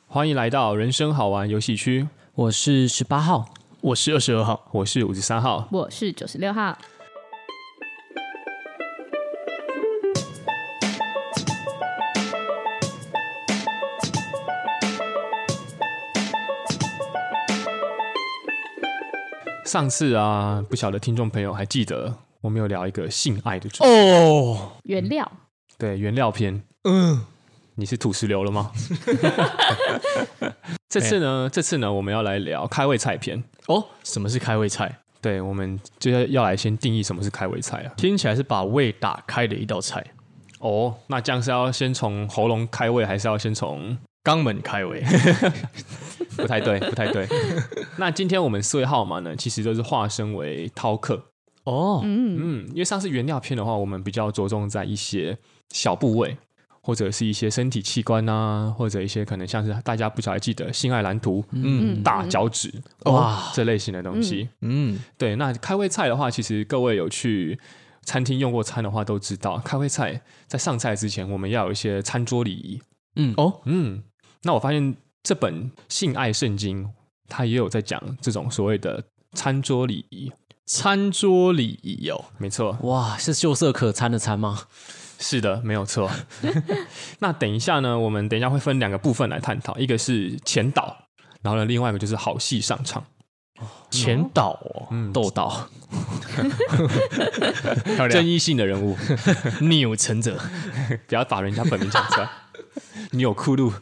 欢迎来到人生好玩游戏区， 我是18号， 我是22号， 我是53号， 我是96号。 上次啊，不晓得听众朋友还记得我们有聊一个性爱的主题哦， 原料， 对，原料篇。你是土石流了吗？这次呢，我们要来聊开胃菜篇。 哦，什么是开胃菜？ 对，我们就要来先定义什么是开胃菜啊。 听起来是把胃打开的一道菜。 哦，那这样是要先从喉咙开胃，还是要先从肛门开胃？ 不太对，不太对。那今天我们4位号码呢，其实都是化身为饕客。 哦， 因为上次原料篇的话，我们比较着重在一些小部位，或者是一些身体器官啊，或者一些可能像是大家不晓得记得性爱蓝图，大脚趾，哇，这类型的东西。对。那开胃菜的话，其实各位有去餐厅用过餐的话，都知道开胃菜在上菜之前，我们要有一些餐桌礼仪。那我发现这本性爱圣经，它也有在讲这种所谓的餐桌礼仪。 餐桌礼仪哦， 没错。 哇，是秀色可餐的餐吗？ 是的，没有错。那等一下呢，我们等一下会分2个部分来探讨，一个是前导，然后呢，另外一个就是好戏上场。 前导哦， 豆导， 争议性的人物， 钮承泽， 不要把人家本名讲出来。你有酷路。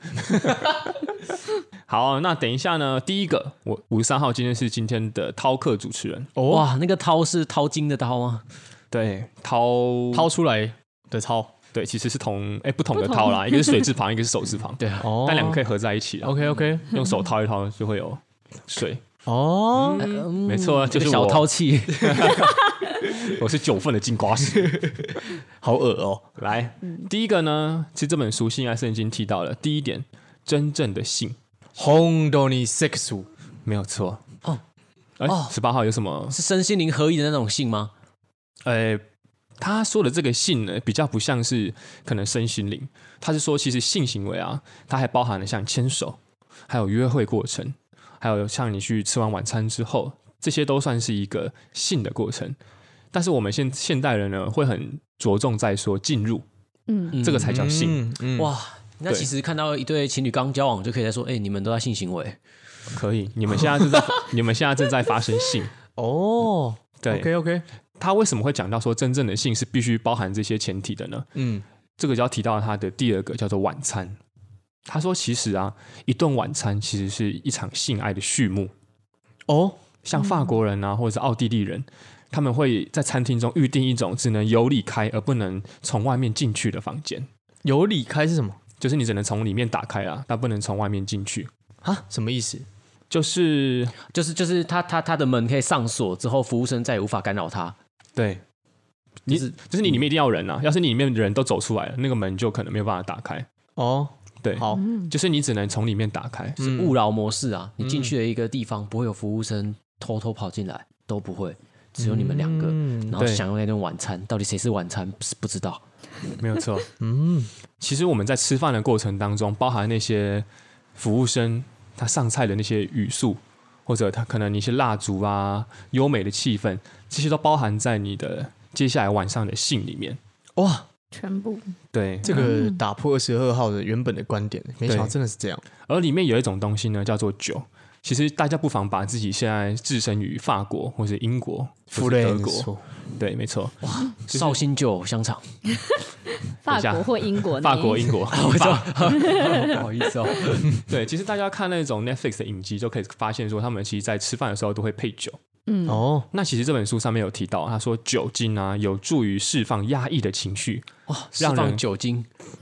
好，那等一下呢，第一个，我53号今天是今天的饕客主持人。 哇，那个饕是淘金的饕吗？ 对，掏出来的掏， 对，其实是不同的掏啦，一个是水字旁，一个是手字旁， 对啊， 但2个可以合在一起啦。 OK， 用手掏一掏就会有水。 哦， 没错，就是小淘气。 我是9份的进瓜石， 好恶哦。 来，第一个呢，其实这本书《性爱圣经》提到了第一点，真正的性， 本当にセックス， 没有错。 哦 18号有什么？ 是身心灵合一的那种性吗？ 他说的这个性呢，比较不像是可能身心灵，他是说其实性行为啊，它还包含了像牵手，还有约会过程，还有像你去吃完晚餐之后，这些都算是一个性的过程。但是我们现代人呢，会很着重在说进入，这个才叫性。 哇，那其实看到一对情侣刚交往，就可以在说，你们都在性行为。 可以，你们现在正在发生性。 哦， 对 ，OK， 他为什么会讲到说真正的性是必须包含这些前提的呢？这个就要提到他的第2个叫做晚餐。他说其实啊，一顿晚餐其实是一场性爱的序幕。像法国人啊，或者是奥地利人，他们会在餐厅中预定一种只能由里开而不能从外面进去的房间。 由里开是什么？ 就是你只能从里面打开啦，但不能从外面进去。 啊？什么意思？ 就是他的门可以上锁之后，服务生再也无法干扰他。 对，就是你里面一定要人啊，要是你里面的人都走出来了，那个门就可能没有办法打开。对， 好， 就是你只能从里面打开， 是勿扰模式啊！你进去的一个地方，不会有服务生偷偷跑进来，都不会，只有你们2个，然后享用那顿晚餐。到底谁是晚餐？不知道， 没有错。其实我们在吃饭的过程当中，包含那些服务生他上菜的那些语速，或者他可能一些蜡烛啊、优美的气氛，这些都包含在你的接下来晚上的性里面。 哇！ 全部对， 这个打破22号的原本的观点，没想到真的是这样。 而里面有一种东西呢，叫做酒。其实大家不妨把自己现在置身于法国，或是英国，或是德国。对，没错。哇， 绍兴酒香肠， 法国或英国， 法国、英国。 不好意思哦。 对，其实大家看那种 Netflix 的影集，就可以发现说，他们其实在吃饭的时候都会配酒。那其实这本书上面有提到，他说酒精啊有助于释放压抑的情绪， 释放酒精，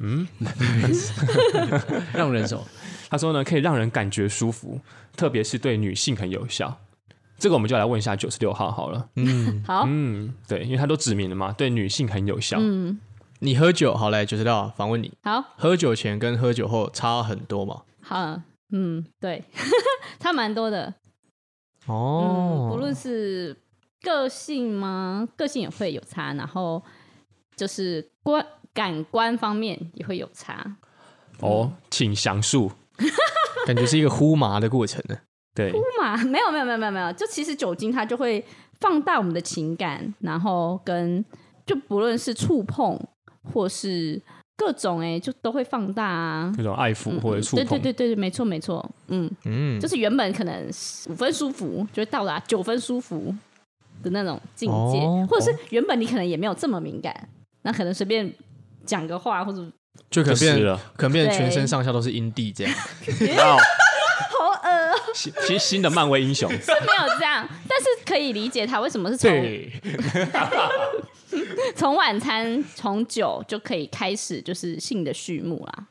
让人手。 他说呢，可以让人感觉舒服，特别是对女性很有效。这个我们就来问一下96号好了。 好， 对，因为他都指明了嘛，对女性很有效。 你喝酒好来96号访问你， 好， 喝酒前跟喝酒后差很多吗？ 好，对，差蛮多的。不论是个性吗？个性也会有差，然后就是感官方面也会有差。 请详述。 感觉是一个呼麻的过程呢。 对， 呼麻没有，就其实酒精它就会放大我们的情感，然后就不论是触碰或是各种就都会放大啊， 那种爱抚或者触碰， 对，没错，就是原本可能5分舒服，就会到达9分舒服的那种境界，或者是原本你可能也没有这么敏感，那可能随便讲个话或者就可能变全身上下都是阴蒂这样。 好恶新的漫威英雄是没有这样，但是可以理解他为什么是从晚餐从酒就可以开始就是性的序幕啦。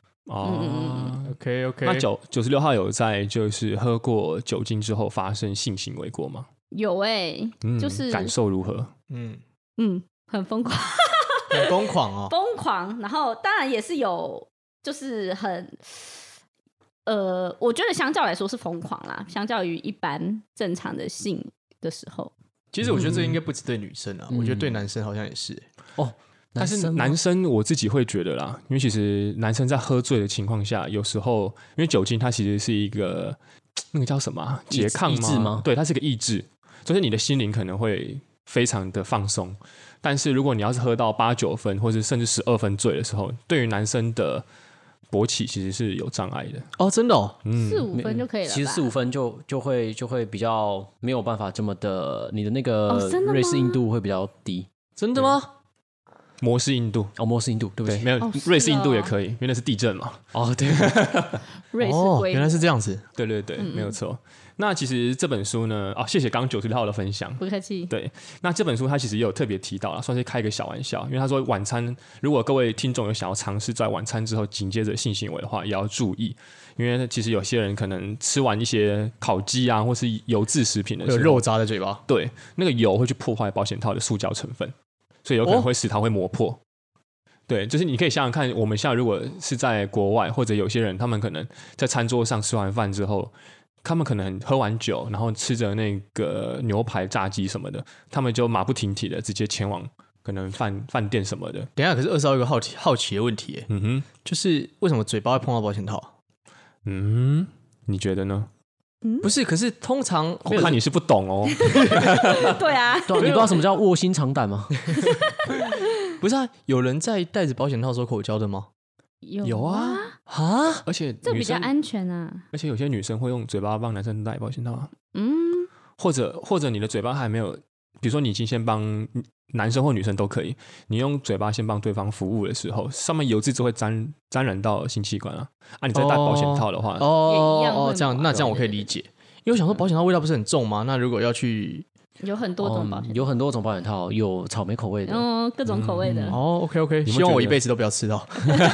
OK。 那96号有在就是喝过酒精之后发生性行为过吗？ 有就是感受如何？ 很疯狂， 很疯狂哦， 疯狂。然后当然也是有，就是很我觉得相较来说是疯狂啦，相较于一般正常的性的时候。 其实我觉得这应该不只对女生啊，我觉得对男生好像也是哦。但是男生我自己会觉得啦，因为其实男生在喝醉的情况下，有时候因为酒精它其实是一个那个叫什么拮抗抑制吗？ 对，它是个抑制，就是你的心灵可能会非常的放松。但是如果你要是喝到8、9分，或者甚至12分醉的时候，对于男生的勃起其实是有障碍的哦，真的哦 ，4、5分就可以了吧。 其实4、5分就会比较没有办法这么的，你的那个瑞士硬度会比较低。 真的吗？ 摩氏硬度摩氏硬度，对不起， 没有瑞士硬度也可以，因为那是地震嘛。 对， 瑞士原来是这样子。 对，没有错。那其实这本书呢，谢谢刚96号的分享， 不客气。 对，那这本书他其实也有特别提到了，算是开一个小玩笑，因为他说晚餐如果各位听众有想要尝试在晚餐之后紧接着性行为的话，也要注意，因为其实有些人可能吃完一些烤鸡啊，或是油制食品的时候， 有肉扎在嘴巴， 对，那个油会去破坏保险套的塑胶成分，所以有可能会使它会磨破。对，就是你可以想想看，我们现在如果是在国外，或者有些人他们可能在餐桌上吃完饭之后，他们可能喝完酒，然后吃着那个牛排、炸鸡什么的，他们就马不停蹄的直接前往可能饭店什么的。 等一下，可是22有一个好奇的问题，就是为什么嘴巴会碰到保险套？ 你觉得呢？ 不是，可是通常我看你是不懂哦。 对啊， 你不知道什么叫卧薪尝胆吗？ 不是啊，有人在戴着保险套的时候口交的吗？ 有啊，而且这比较安全啊。 而且有些女生会用嘴巴帮男生戴保险套啊。或者你的嘴巴还没有，比如说你已经先帮男生或女生都可以，你用嘴巴先帮对方服务的时候，上面油脂就会沾染到性器官啊。你再戴保险套的话， 这样我可以理解。因为我想说保险套味道不是很重吗？那如果要去有很多种保险套， 有很多种保险套，有草莓口味的， 各种口味的。 OK， 希望我一辈子都不要吃到。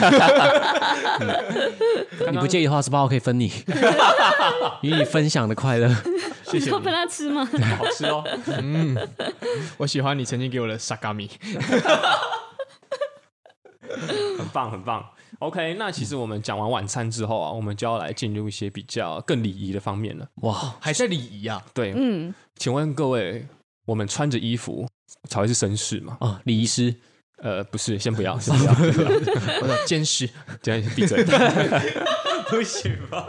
你不介意的话，18号可以分你，与你分享的快乐。 谢谢。你分他吃吗？ 好吃哦。 我喜欢你曾经给我的沙嘎米。 很棒，很棒。OK， 那其实我们讲完晚餐之后啊，我们就要来进入一些比较更礼仪的方面了。 哇，还在礼仪啊？ 对，请问各位，我们穿着衣服才会是绅士吗？ 礼仪师？ 不是，先不要， 我的监视， 闭嘴。 不行吧？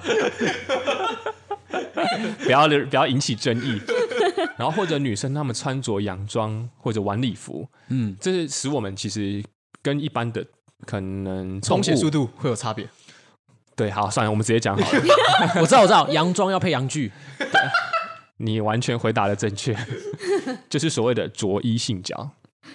不要引起争议。然后或者女生她们穿着洋装或者晚礼服，这是使我们其实跟一般的可能充血速度会有差别。 对，好，算了，我们直接讲好了。 我知道，洋装要配洋具。 你完全回答的正确，就是所谓的着衣性交。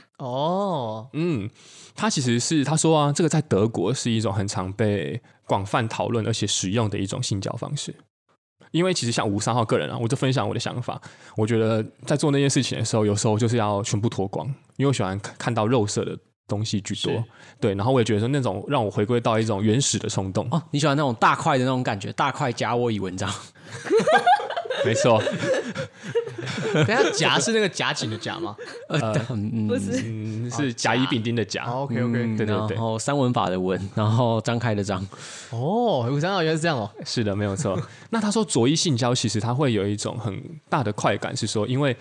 他其实是他说啊，这个在德国是一种很常被广泛讨论而且使用的一种性交方式。因为其实像53号个人啊，我就分享我的想法。我觉得在做那件事情的时候，有时候就是要全部脱光，因为我喜欢看到肉色的东西居多。对，然后我也觉得说那种让我回归到一种原始的冲动。 你喜欢那种大块的那种感觉，大块夹我以文章。 没错。 等一下，夹是那个夹紧的夹吗？ 不是， 是甲乙丙丁的甲。 OK， 对。 然后三文法的文，然后张开的张。 53号原来是这样哦。 是的，没有错。那他说着衣性交其实它会有一种很大的快感，是说因为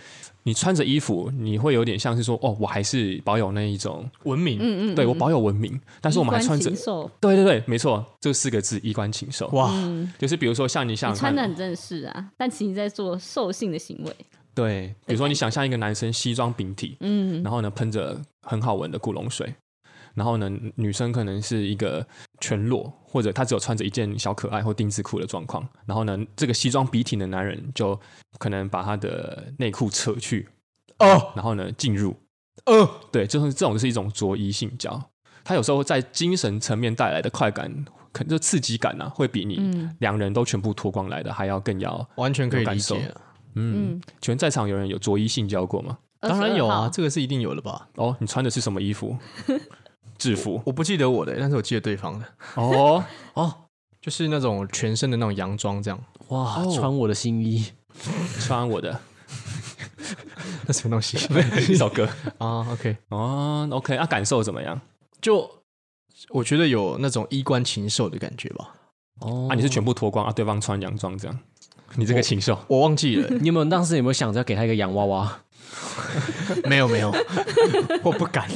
你穿着衣服，你会有点像是说，哦，我还是保有那一种文明， 对我保有文明，但是我们还穿着，对，没错，这4个字衣冠禽兽。哇，就是比如说像你想穿的很正式啊，但其实在做兽性的行为。 对，比如说你想象一个男生西装笔挺，然后呢喷着很好闻的古龙水。然后呢，女生可能是一个全裸，或者她只有穿着一件小可爱或丁字裤的状况。然后呢，这个西装笔挺的男人就可能把他的内裤扯去，然后呢进入，对，就是这种就是一种着衣性交。他有时候在精神层面带来的快感，可能就刺激感啊，会比你两人都全部脱光来的还要更要完全可以理解。 请问在场有人有着衣性交过吗？ 当然有啊，这个是一定有的吧？ 哦，你穿的是什么衣服？制服？ 我不记得我的，但是我记得对方的。 哦， 就是那种全身的那种洋装这样。 哇，穿我的新衣， 穿我的， 那什么东西？ 一首歌啊。OK， OK， 啊，感受怎么样？ 就我觉得有那种衣冠禽兽的感觉吧。 你是全部脱光啊，对方穿洋装这样，你这个禽兽， 我忘记了。 你当时有没有想着要给他一个洋娃娃？ 没有，我不敢。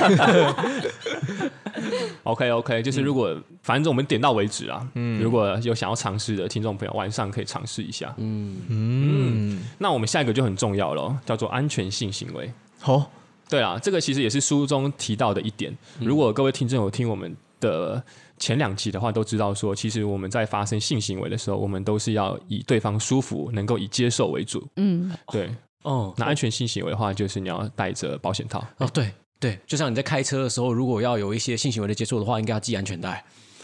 OK， 就是如果反正我们点到为止啊。如果有想要尝试的听众朋友，晚上可以尝试一下。那我们下一个就很重要了，叫做安全性行为。对啊，这个其实也是书中提到的一点。如果各位听众有听我们的前2集的话，都知道说，其实我们在发生性行为的时候，我们都是要以对方舒服，能够以接受为主。对。那安全性行为的话，就是你要带着保险套。 对，就像你在开车的时候，如果要有一些性行为的接触的话，应该要系安全带。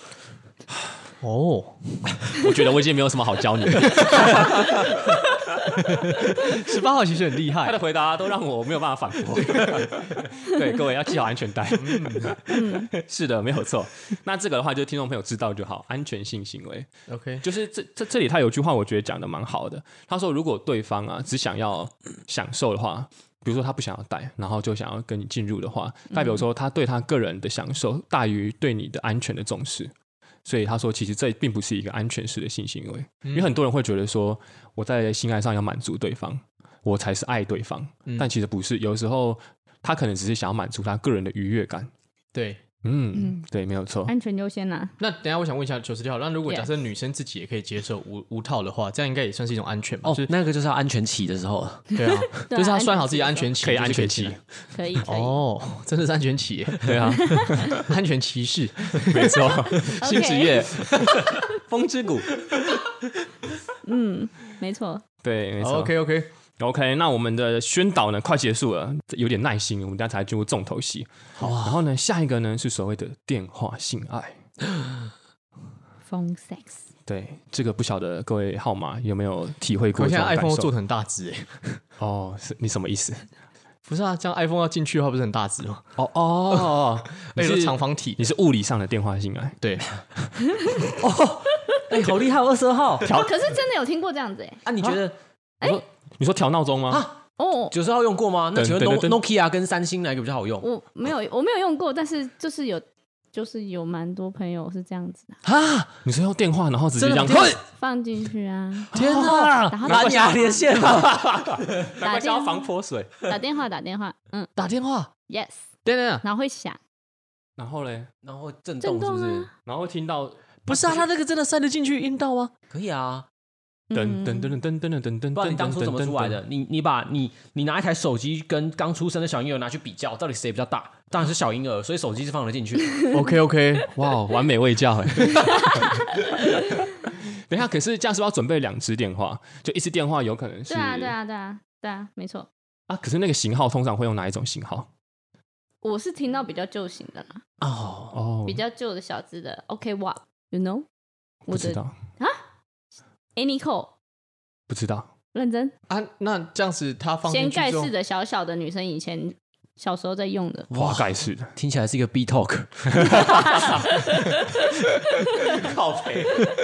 我觉得我已经没有什么好教你的。 18号其实很厉害， 他的回答都让我没有办法反驳。对，各位要系好安全带。是的，没有错。那这个的话，就是听众朋友知道就好。安全性行为 ，OK， 就是这里他有句话，我觉得讲的蛮好的。他说，如果对方啊只想要享受的话，比如说他不想要带，然后就想要跟你进入的话，代表说他对他个人的享受大于对你的安全的重视。所以他说，其实这并不是一个安全式的性行为，因为很多人会觉得说，我在性爱上要满足对方，我才是爱对方，但其实不是。有时候他可能只是想要满足他个人的愉悦感。 对， 对，没有错， 安全优先啦。 那等一下我想问一下96号，那如果假设女生自己也可以接受无套的话，这样应该也算是一种安全吧？ 那个就是要安全期的时候。 对啊，就是要算好自己安全期， 可以安全期， 可以。 真的是安全期耶。 对啊， 安全骑士， 没错，新职业，风之谷。 没错， 对，没错。 OK， 那我们的宣导呢快结束了，有点耐心，我们等一下才进入重头戏。然后呢，下一个呢是所谓的电话性爱 ，phone sex。 对，这个不晓得各位号码有没有体会过？ 我现在 iPhone 做得很大只是你什么意思？ 不是啊，这样 iPhone 要进去的话，不是很大只吗？ 你是长方体， 你是物理上的电话性爱。 对。 好厉害，22号。 可是真的有听过这样子你觉得？ 你说调闹钟吗 ？92号用过吗？那请问 Nokia 跟三星哪一个比较好用？ 我没有用过，但是就是有蛮多朋友是这样子的。 你是用电话，然后直接这样放进去啊！ 天哪，蓝牙连线， 打电话防泼水， 打电话， 打电话 ，yes， 对， 然后会响， 然后嘞， 然后震动是不是？ 然后会听到， 不是啊，他那个真的塞得进去阴道吗？可以啊。 噔噔噔噔噔噔噔噔， 不然你当初怎么出来的？你拿一台手机跟刚出生的小婴儿拿去比较，到底谁比较大？当然是小婴儿，所以手机是放得进去。 OK， 哇，完美卫教等一下，可是这样是不是要准备2只电话？就一只电话有可能是？ 对啊，没错。 可是那个型号通常会用哪一种型号？ 我是听到比较旧型的啦。比较旧的小只的 OK What，you know？ 不知道啊。Anycall 不知道， 认真那这样子，它放进去掀盖式的小小的女生以前小时候在用的， 滑盖式的， 听起来是一个 B Talk， 靠北，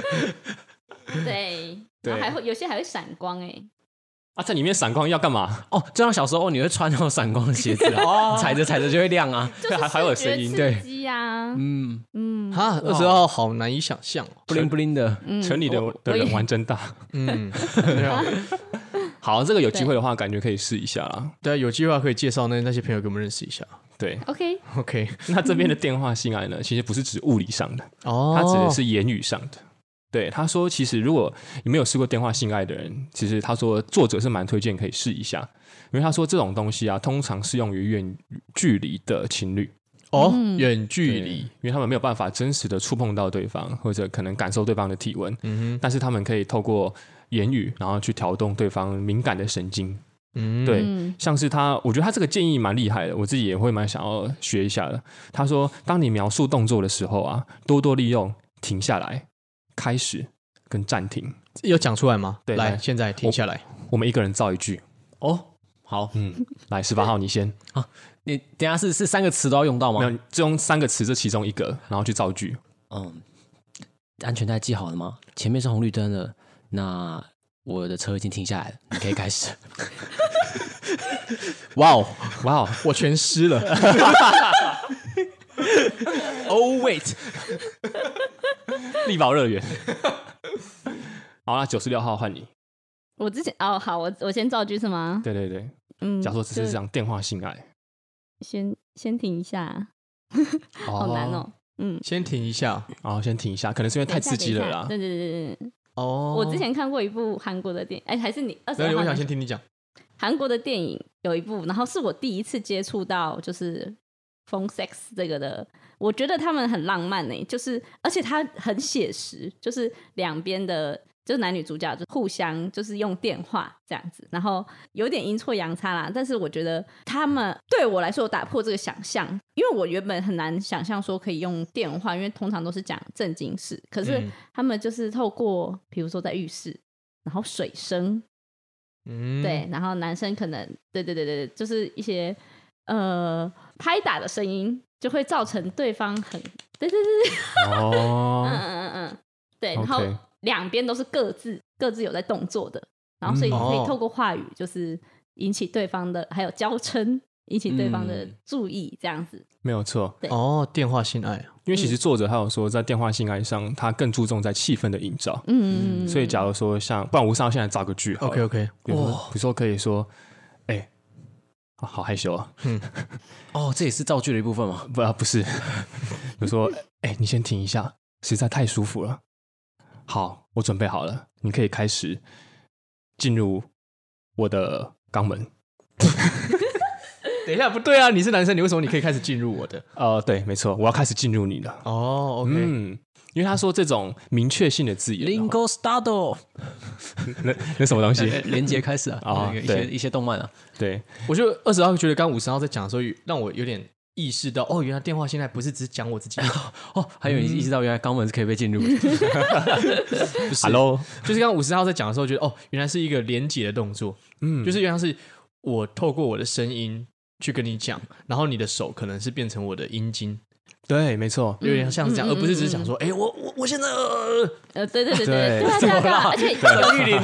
对，然后还会有些还会闪光在里面闪光要干嘛？ 就像小时候你会穿那种闪光的鞋子踩着就会亮啊， 就是还有声音， 对，刺激啊 ，22号好难以想象， 不灵不灵的， 城里的人玩真大， 好，这个有机会的话，感觉可以试一下啦。 对啊，有机会的话可以介绍那些朋友给我们认识一下。 对 OK， 那这边的电话性爱呢，其实不是指物理上的， 哦， 它指的是言语上的。对，他说，其实如果你没有试过电话性爱的人，其实他说作者是蛮推荐可以试一下，因为他说这种东西啊，通常适用于远距离的情侣。 哦，远距离， 因为他们没有办法真实的触碰到对方，或者可能感受对方的体温，但是他们可以透过言语，然后去调动对方敏感的神经。对，像是我觉得他这个建议蛮厉害的，我自己也会蛮想要学一下的。他说，当你描述动作的时候啊，多多利用停下来、开始跟暂停。 有讲出来吗？ 对， 来，现在停下来， 我们一个人造一句。 哦，好， 来18号你先。 你等一下是3个词都要用到吗？ 没有，就用3个词这其中一个，然后去造句。 安全带系好了吗？前面是红绿灯的，那我的车已经停下来了，你可以开始。 哇哦， 哇哦， 我全湿了。 Oh wait， 力宝乐园。好啦，96号换你。 我之前好，我先造句是吗？ 对对对，假如说只是这样电话性爱， 先停一下，好难哦。 先停一下， 先停一下，可能是因为太刺激了啦。 对对对对对。 哦， 我之前看过一部韩国的电影，还是你22号？ 我想先听你讲。 韩国的电影有一部，然后是我第一次接触到就是phone sex 这个的，我觉得他们很浪漫欸，就是而且它很写实，就是两边的。就是男女主角就互相就是用电话这样子，然后有点阴错阳差啦，但是我觉得他们对我来说有打破这个想象，因为我原本很难想象说可以用电话，因为通常都是讲正经事，可是他们就是透过比如说在浴室，然后水声，对，然后男生可能对，就是一些拍打的声音就会造成对方很对，对，然后两边都是各自有在动作的，然后所以你可以透过话语就是引起对方的，还有娇嗔引起对方的注意，这样子没有错。 电话性爱， 因为其实作者他有说，在电话性爱上，他更注重在气氛的营造。所以假如说不然吴少现在造个句 ，OK， 比如说可以说，好害羞啊。 这也是造句的一部分吗？ 不是，比如说，你先停一下，实在太舒服了。好，我准备好了，你可以开始进入我的肛门。 等一下，不对啊！你是男生，你为什么你可以开始进入我的？ 对，没错，我要开始进入你了。 OK， 因为他说这种明确性的字眼 ，Lingo Start， 那什么东西？ 连接开始啊！一些动漫啊。 对， 我就20号觉得刚50号在讲的时候，让我有点意识到，原来电话现在不是只讲我自己， 还有你意识到原来肛门是可以被进入的。 Hello， 就是刚50号在讲的时候，觉得原来是一个连结的动作，就是原来是我透过我的声音去跟你讲，然后你的手可能是变成我的阴茎。 对，没错， 有点像是这样，而不是只是讲说，我现在对啊，而且玉林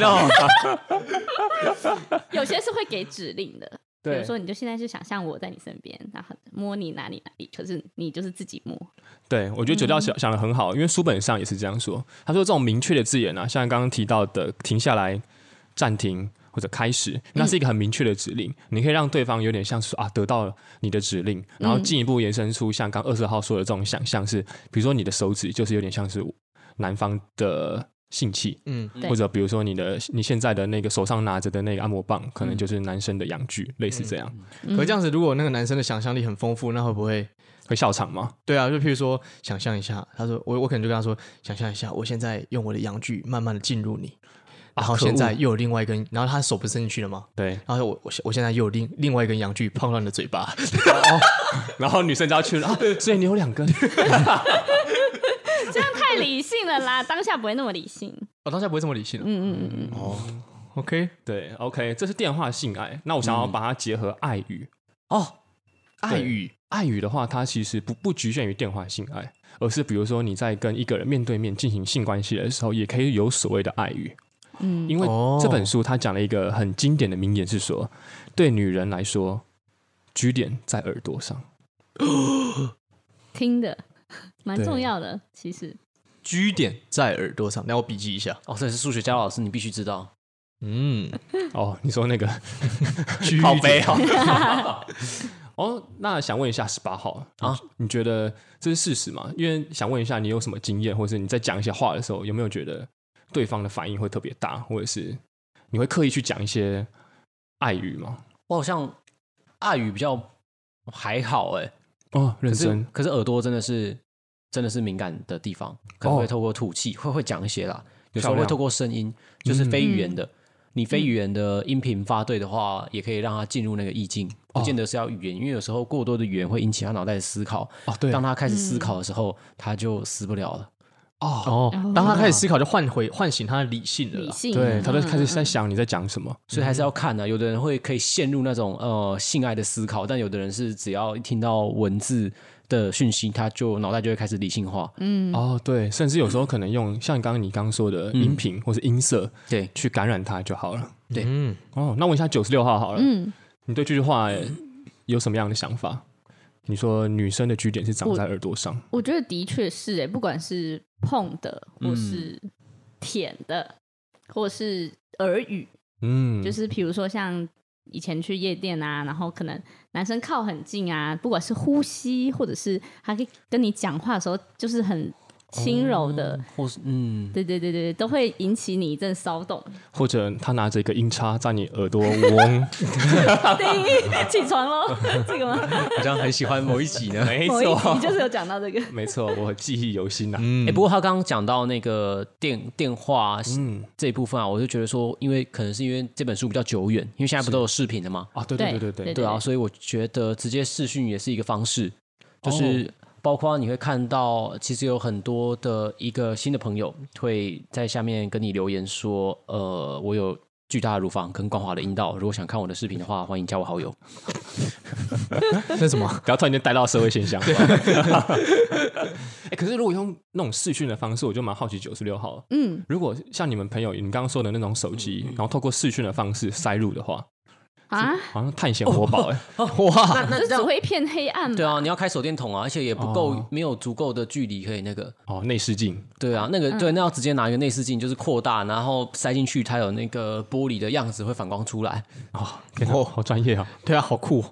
有些是会给指令的，比如说你就现在就想象我在你身边，然后摸你哪里，可是你就是自己摸。对， 我觉得9调想得很好，因为书本上也是这样说。他说这种明确的字眼啊，像刚刚提到的停下来、暂停或者开始，那是一个很明确的指令，你可以让对方有点像是得到了你的指令，然后进一步延伸出像刚20号说的这种想象是，比如说你的手指就是有点像是男方的性器，或者比如说你现在的那个手上拿着的那个按摩棒，可能就是男生的阳具，类似这样。 可这样子，如果那个男生的想象力很丰富，那会不会笑场吗？ 对啊，就譬如说想象一下，他说我可能就跟他说，想象一下，我现在用我的阳具慢慢的进入你。然后现在又有另外一根，然后他手不是伸进去了吗？ 对。 然后我现在又有另外一根阳具碰到你的嘴巴， 然后女生就要去了所以你有2根。 这样太理性了啦，当下不会那么理性。 当下不会这么理性了。OK， 对 ，OK， 这是电话性爱。那我想要把它结合爱语。爱语的话，它其实不局限于电话性爱，而是比如说你在跟一个人面对面进行性关系的时候，也可以有所谓的爱语。因为这本书他讲了一个很经典的名言，是说对女人来说，G 点在耳朵上， 听的蛮重要的。其实 G 点在耳朵上，让我笔记一下。 这也是数学家老师，你必须知道。 哦，你说那个好悲哦，那想问一下18号啊，你觉得这是事实吗？因为想问一下，你有什么经验，或是你在讲一些话的时候，有没有觉得对方的反应会特别大，或者是你会刻意去讲一些爱语吗？ 我好像爱语比较还好哦，认真。 可是耳朵真的是敏感的地方，可能会透过吐气，会讲一些啦，有时候会透过声音，就是非语言的。你非语言的音频发对的话，也可以让他进入那个意境，不见得是要语言，因为有时候过多的语言会引起他脑袋的思考。对，当他开始思考的时候，他就死不了了。 当他开始思考，就唤醒他的理性了。 理性， 对，他就开始在想你在讲什么， 所以还是要看有的人可以陷入那种性爱的思考，但有的人是只要一听到文字的讯息，他就脑袋就会开始理性化。 对，甚至有时候可能用像你刚刚说的音频或是音色， 对， 去感染他就好了。 对， 那问一下96号好了，你对这句话有什么样的想法？你说女生的据点是长在耳朵上， 我觉得的确是不管是碰的，或是舔的，或是耳语，就是比如说像以前去夜店啊，然后可能男生靠很近啊，不管是呼吸，或者是他可以跟你讲话的时候，就是很轻柔的， 或是对，都会引起你一阵骚动。 或者他拿着一个音叉在你耳朵嗡， 起床咯，这个吗？ 好像很喜欢某一集呢。 没某一集错， 就是有讲到这个， 没错，我记忆犹新啊。 不过他刚刚讲到那个电话这一部分啊，我就觉得说，可能是因为这本书比较久远，因为现在不都有视频了吗？对啊，所以我觉得直接视讯也是一个方式，就是包括你会看到，其实有很多的一个新的朋友会在下面跟你留言说，我有巨大的乳房跟光滑的阴道，如果想看我的视频的话，欢迎加我好友。 那什么？ 不要突然间带到社会现象。可是如果用那种视讯的方式，我就蛮好奇96号。如果像你们朋友你刚刚说的那种手机，然后透过视讯的方式塞入的话，好像探险活宝哇， 那只会一片黑暗嘛。 对啊，你要开手电筒啊，而且也不够，没有足够的距离可以那个内视镜。 对啊，那要直接拿一个内视镜，就是扩大，然后塞进去，它有那个玻璃的样子会反光出来。 天哪，好专业啊！ 对啊，好酷。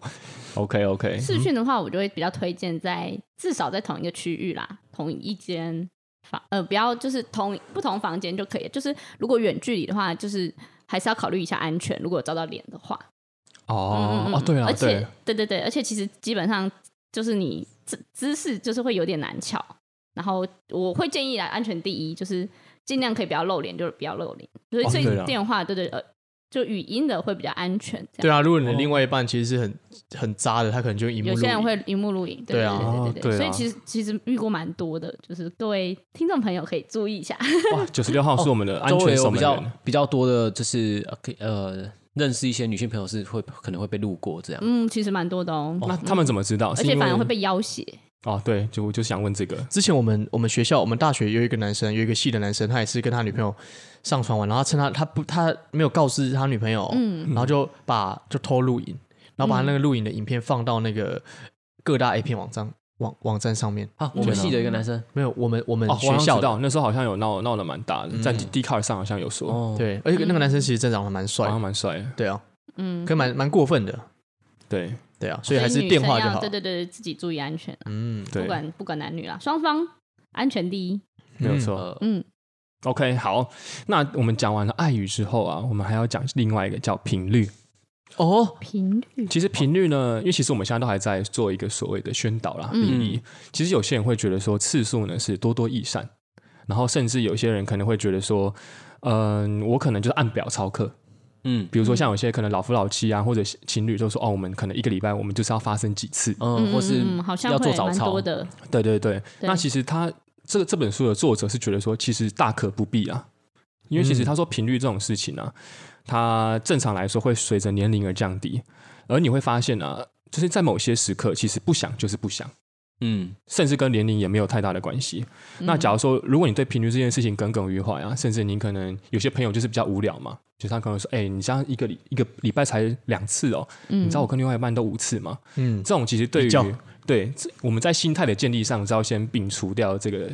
OK， 视讯的话，我就会比较推荐至少在同一个区域啦，同一间房，不要就是不同房间就可以了。就是如果远距离的话，就是还是要考虑一下安全，如果有照到脸的话。 对啊， 而且对，而且其实基本上就是你姿势就是会有点难瞧，然后我会建议安全第一，就是尽量可以不要露脸就不要露脸，所以电话就语音的会比较安全。 对啊，如果你的另外一半其实是很渣的，他可能就荧幕录影， 有些人会荧幕录影，对，所以其实遇过蛮多的，就是各位听众朋友可以注意一下。 哇，96号是我们的安全守门员， 比较多的就是认识一些女性朋友可能会被路过这样。 其实蛮多的哦。 那他们怎么知道？ 而且反而会被要挟。 对，就想问这个。 之前我们学校，我们大学有一个系的男生，他也是跟他女朋友上床玩，然后趁他没有告知他女朋友，然后就偷录影，然后把那个录影的影片放到那个各大 A 片网站上面啊。我们系的一个男生没有，我们学校的那时候好像有闹得蛮大的，在 Dcard 上好像有说， 对，而且那个男生其实真的长得蛮帅， 好像蛮帅的， 对啊，可蛮过分的，对啊，所以还是电话就好。 对，自己注意安全。 对， 不管男女啦，双方安全第一， 没有错。OK， 好，那我们讲完了爱语之后啊，我们还要讲另外一个叫频率。 频率。 其实频率呢，因为其实我们现在都还在做一个所谓的宣导啦、礼仪。其实有些人会觉得说次数呢是多多益善，然后甚至有些人可能会觉得说，我可能就是按表操课。比如说像有些可能老夫老妻啊，或者情侣就说我们可能一个礼拜我们就是要发生几次， 或是要做早操的。 对。那其实他这本书的作者是觉得说，其实大可不必啊，因为其实他说频率这种事情啊，它正常来说会随着年龄而降低，而你会发现啊，就是在某些时刻，其实不想就是不想。甚至跟年龄也没有太大的关系。那假如说，如果你对频率这件事情耿耿于怀啊，甚至你可能有些朋友就是比较无聊嘛，就是他可能说，你这样一个礼拜才2次哦，你知道我跟另外一半都5次吗？这种其实对于我们在心态的建立上，是要先摒除掉这个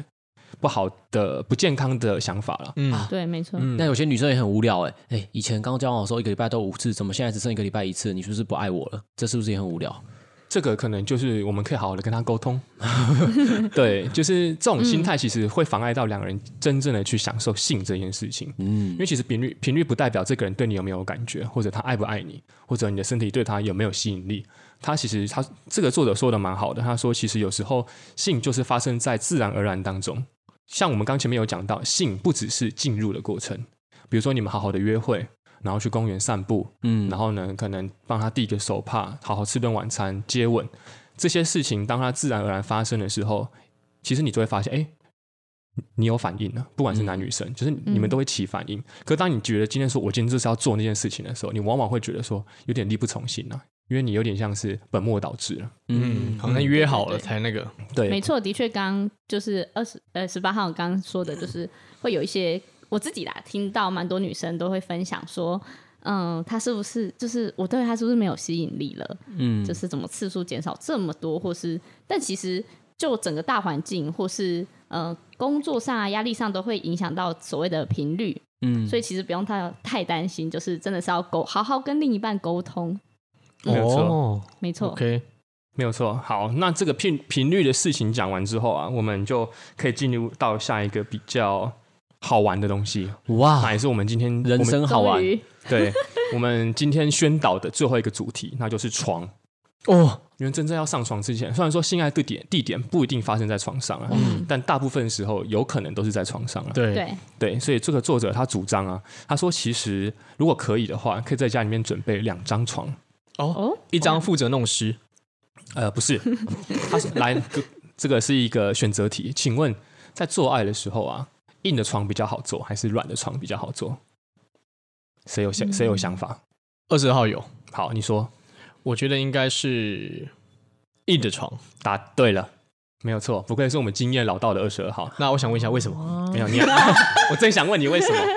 不好的、不健康的想法了。 对，没错。 那有些女生也很无聊以前刚交往的时候1个礼拜都5次，怎么现在只剩1个礼拜1次？你是不是不爱我了？这是不是也很无聊？ 这个可能就是我们可以好好的跟他沟通。对，就是这种心态其实会妨碍到两个人真正的去享受性这件事情。因为其实频率不代表这个人对你有没有感觉，或者他爱不爱你，或者你的身体对他有没有吸引力。他这个作者说的蛮好的，他说其实有时候性就是发生在自然而然当中。像我们刚前面有讲到，性不只是进入的过程，比如说你们好好的约会，然后去公园散步，然后呢可能帮他递个手帕，好好吃顿晚餐，接吻，这些事情当它自然而然发生的时候，其实你就会发现你有反应了，不管是男女生，就是你们都会起反应。可是当你觉得今天说我今天就是要做那件事情的时候，你往往会觉得说有点力不从心啊，因为你有点像是本末倒置了。 好像约好了才那个。 对， 没错，的确，刚就是18号刚刚说的，就是会有一些我自己啦，听到蛮多女生都会分享说，他是不是就是我对他是不是没有吸引力了？就是怎么次数减少这么多，或是但其实就整个大环境或是工作上啊压力上都会影响到所谓的频率。所以其实不用太担心，就是真的是要好好跟另一半沟通。 没有错， 没错 ，OK， 没有错。好，那这个频率的事情讲完之后啊，我们就可以进入到下一个比较好玩的东西。哇，那也是我们今天人生好玩。 对，我们今天宣导的最后一个主题，那就是床。因为真正要上床之前，虽然说性爱地点不一定发生在床上啊，但大部分时候有可能都是在床上啊。对，所以这个作者他主张啊，他说其实如果可以的话，可以在家里面准备2张床。 一张负责弄湿。 不是，他说来这个是一个选择题，请问在做爱的时候啊，硬的床比较好做，还是软的床比较好做？谁有想法 ？22号有。 好，你说。 我觉得应该是硬的床。 答对了，没有错，不愧是我们经验老道的22号。 那我想问一下，为什么？ 没有你，我正想问你为什么。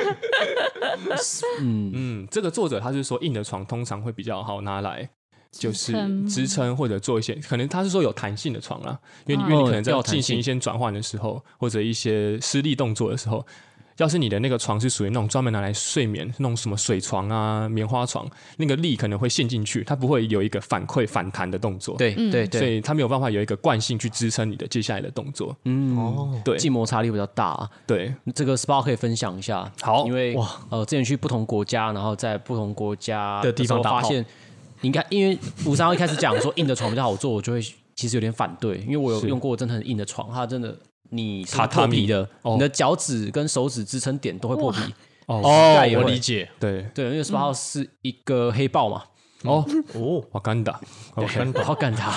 这个作者他是说硬的床通常会比较好拿来就是支撑或者做一些，可能他是说有弹性的床啦，因为你可能在进行一些转换的时候，或者一些施力动作的时候，要是你的那个床是属于那种专门拿来睡眠那种什么水床啊、棉花床，那个力可能会陷进去，它不会有一个反馈反弹的动作。 对， 所以它没有办法有一个惯性去支撑你的接下来的动作。对， 静摩擦力比较大。 对， 这个 SPA 可以分享一下。 好， 因为之前去不同国家，然后在不同国家的地方发现，应该因为53号一开始讲说硬的床比较好做，我就会其实有点反对，因为我有用过真的很硬的床，它真的。你是破皮的，你的脚趾跟手指支撑点都会破皮。 我理解。 对， 因为18号是一个黑豹嘛。 好干的， 好干他，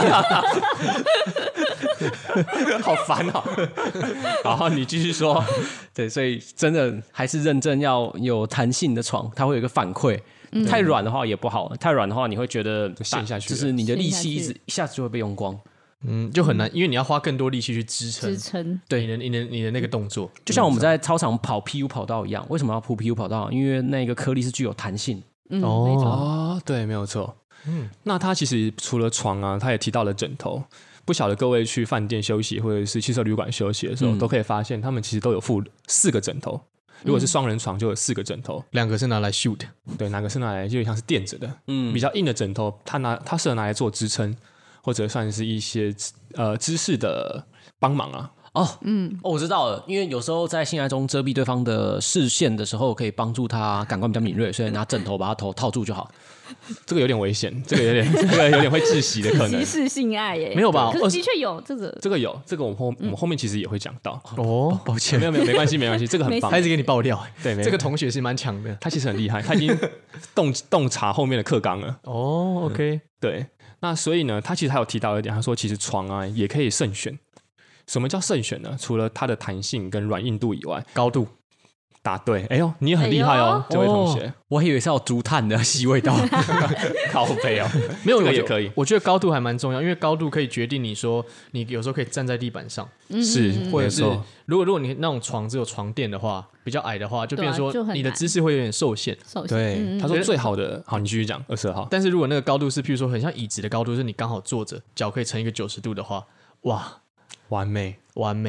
好烦哦。然后你继续说。 对，所以真的还是认真要有弹性的床，它会有一个反馈。太软的话也不好，太软的话你会觉得陷下去， 就是你的力气一下子就会被用光。 就很难，因为你要花更多力气去支撑对你的那个动作， 就像我们在操场跑 PU 跑道一样。为什么要铺 PU 跑道？因为那个颗粒是具有弹性。 对，没有错。那他其实除了床啊，他也提到了枕头。不晓得各位去饭店休息或者是汽车旅馆休息的时候，都可以发现他们其实都有附4个枕头。如果是双人床，就有4个枕头 ，2个是拿来 shoot， 对，哪个是拿来就像是垫着的。比较硬的枕头，它适合拿来做支撑。或者算是一些姿势的帮忙啊。 我知道了，因为有时候在性爱中遮蔽对方的视线的时候，可以帮助他感官比较敏锐，所以拿枕头把他头套住就好。 这个有点危险，这个有点会窒息的可能。 歧视性爱耶？ 没有吧？ 可是的确有这个有这个，我们后面其实也会讲到。 抱歉， 没关系，这个很棒， 他一直给你爆料。 对， 这个同学是蛮强的， 他其实很厉害，他已经洞察后面的课纲了。 OK， 对。那所以呢，他其实还有提到一点，他说其实床啊也可以慎选。什么叫慎选呢？除了它的弹性跟软硬度以外， 高度。 答对，你也很厉害哦，这位同学。 我还以为是要竹炭的吸味道， 靠背哦， 没有也可以。 我觉得高度还蛮重要，因为高度可以决定你说你有时候可以站在地板上， 是， 或者是如果你那种床只有床垫的话，比较矮的话，就变成说你的姿势会有点受限。 对，他说最好的，好，你继续讲22号。 但是如果那个高度是，譬如说很像椅子的高度，是你刚好坐着，脚可以成一个90度的话，哇， 完美。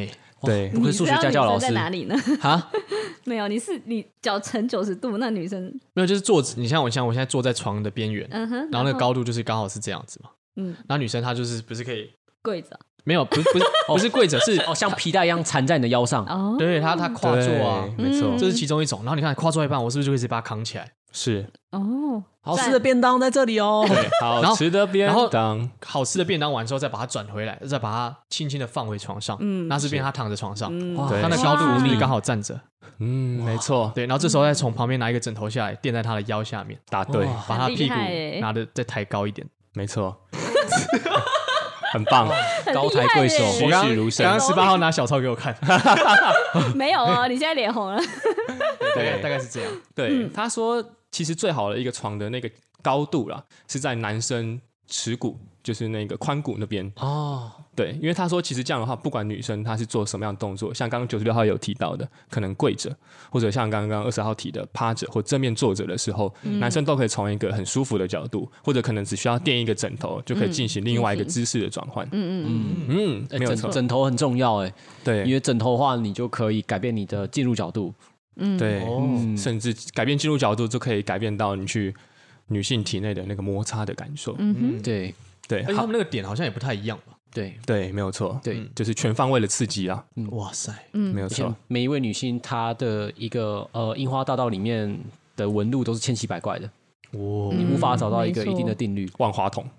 对， 不是数学家教老师在哪里呢？ 啊， 没有，你脚呈90度，那女生没有，就是坐着。你像我现在坐在床的边缘， 然后那个高度就是刚好是这样子嘛。然后女生她就是不是可以跪着？ 没有，不是跪着，是像皮带一样缠在你的腰上。 哦， 对，她跨坐啊， 没错， 这是其中一种。然后你看跨坐一半，我是不是就可以直接把它扛起来？ 是哦， 好吃的便当在这里哦。 对，好吃的便当， 好吃的便当完之后，再把它转回来，再把它轻轻的放回床上。那是变他躺着床上，他的高度是不是刚好站着？ 没错。 对，然后这时候再从旁边拿一个枕头下来，垫在他的腰下面， 答对， 把他屁股拿的再抬高一点。 没错。很棒， 高抬贵手， 栩栩如生。 刚刚18号拿小抄给我看， 没有哦，你现在脸红了。 对，大概是这样。 对，他说其实最好的一个床的那个高度啦，是在男生耻骨，就是那个髋骨那边哦。对，因为他说其实这样的话，不管女生她是做什么样的动作，像刚刚96号有提到的，可能跪着，或者像刚刚20号提的趴着或正面坐着的时候，男生都可以从一个很舒服的角度，或者可能只需要垫一个枕头，就可以进行另外一个姿势的转换。没有错， 枕头很重要哎。 对， 因为枕头的话，你就可以改变你的进入角度。 对，甚至改变进入角度就可以改变到你去女性体内的那个摩擦的感受。 对， 而且他们那个点好像也不太一样吧？ 对，没有错， 对， 就是全方位的刺激啊！ 哇塞， 没有错。 每一位女性她的一个樱花大道里面的纹路都是千奇百怪的，你无法找到一个一定的定律。 万花筒。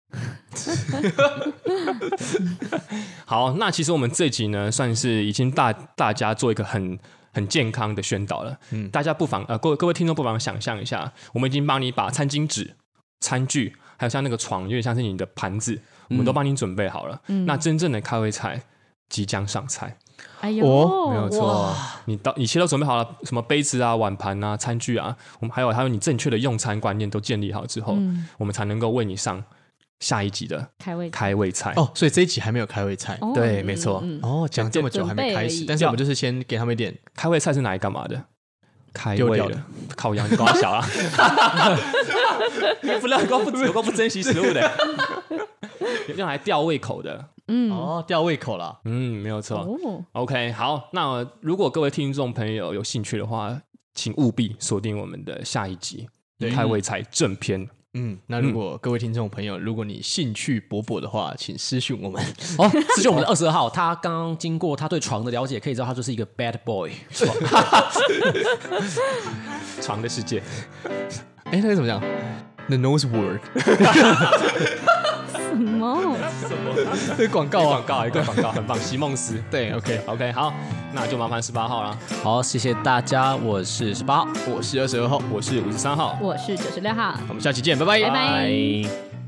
好，那其实我们这集呢，算是已经大家做一个很健康的宣导了。大家不妨各位听众不妨想象一下，我们已经帮你把餐巾纸、餐具，还有像那个床，有点像是你的盘子。我们都帮你准备好了，那真正的开胃菜即将上菜。 哎呦， 没有错，你一切都准备好了，什么杯子啊、碗盘啊、餐具啊，我们还有你正确的用餐观念都建立好之后，我们才能够为你上下一集的开胃菜。 哦，所以这一集还没有开胃菜。 对，没错。 讲这么久还没开始，但是我们就是先给他们一点开胃菜是拿来干嘛的？开胃的，烤羊羔小啊！不料有够不珍惜食物的，用来吊胃口的。 吊胃口啦。 没有错。OK， 好，那如果各位听众朋友有兴趣的话，请务必锁定我们的下一集开胃菜正篇。 那如果各位听众朋友，如果你兴趣勃勃的话，请私讯我们。 私讯我们的22号，他刚刚经过他对床的了解，可以知道他就是一个 bad boy。 床的世界。 那个怎么讲 ？The nose word。 什么？ 这广告一个广告，很棒。席梦思。 对 ，OK， 好，那就麻烦18号了。 好，谢谢大家，我是18号， 我是22号， 我是53号， 我是96号。 我们下期见，拜拜， 拜拜。